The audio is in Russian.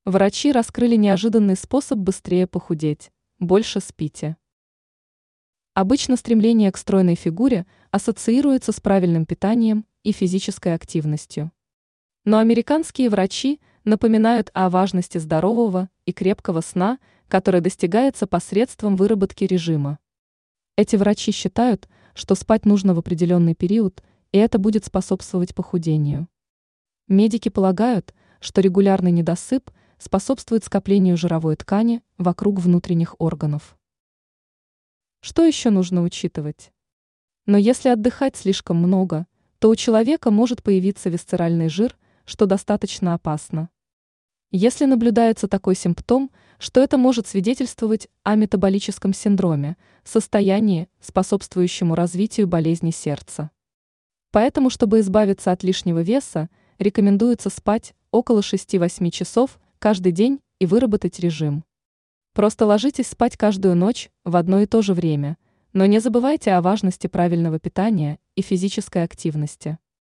Врачи раскрыли неожиданный способ быстрее похудеть. Больше спите. Обычно стремление к стройной фигуре ассоциируется с правильным питанием и физической активностью. Но американские врачи напоминают о важности здорового и крепкого сна, который достигается посредством выработки режима. Эти врачи считают, что спать нужно в определенный период, и это будет способствовать похудению. Медики полагают, что регулярный недосып способствует скоплению жировой ткани вокруг внутренних органов. Что еще нужно учитывать? Но если отдыхать слишком много, то у человека может появиться висцеральный жир, что достаточно опасно. Если наблюдается такой симптом, что это может свидетельствовать о метаболическом синдроме, состоянии, способствующему развитию болезни сердца. Поэтому, чтобы избавиться от лишнего веса, рекомендуется спать около 6-8 часов каждый день и выработать режим. Просто ложитесь спать каждую ночь в одно и то же время, но не забывайте о важности правильного питания и физической активности.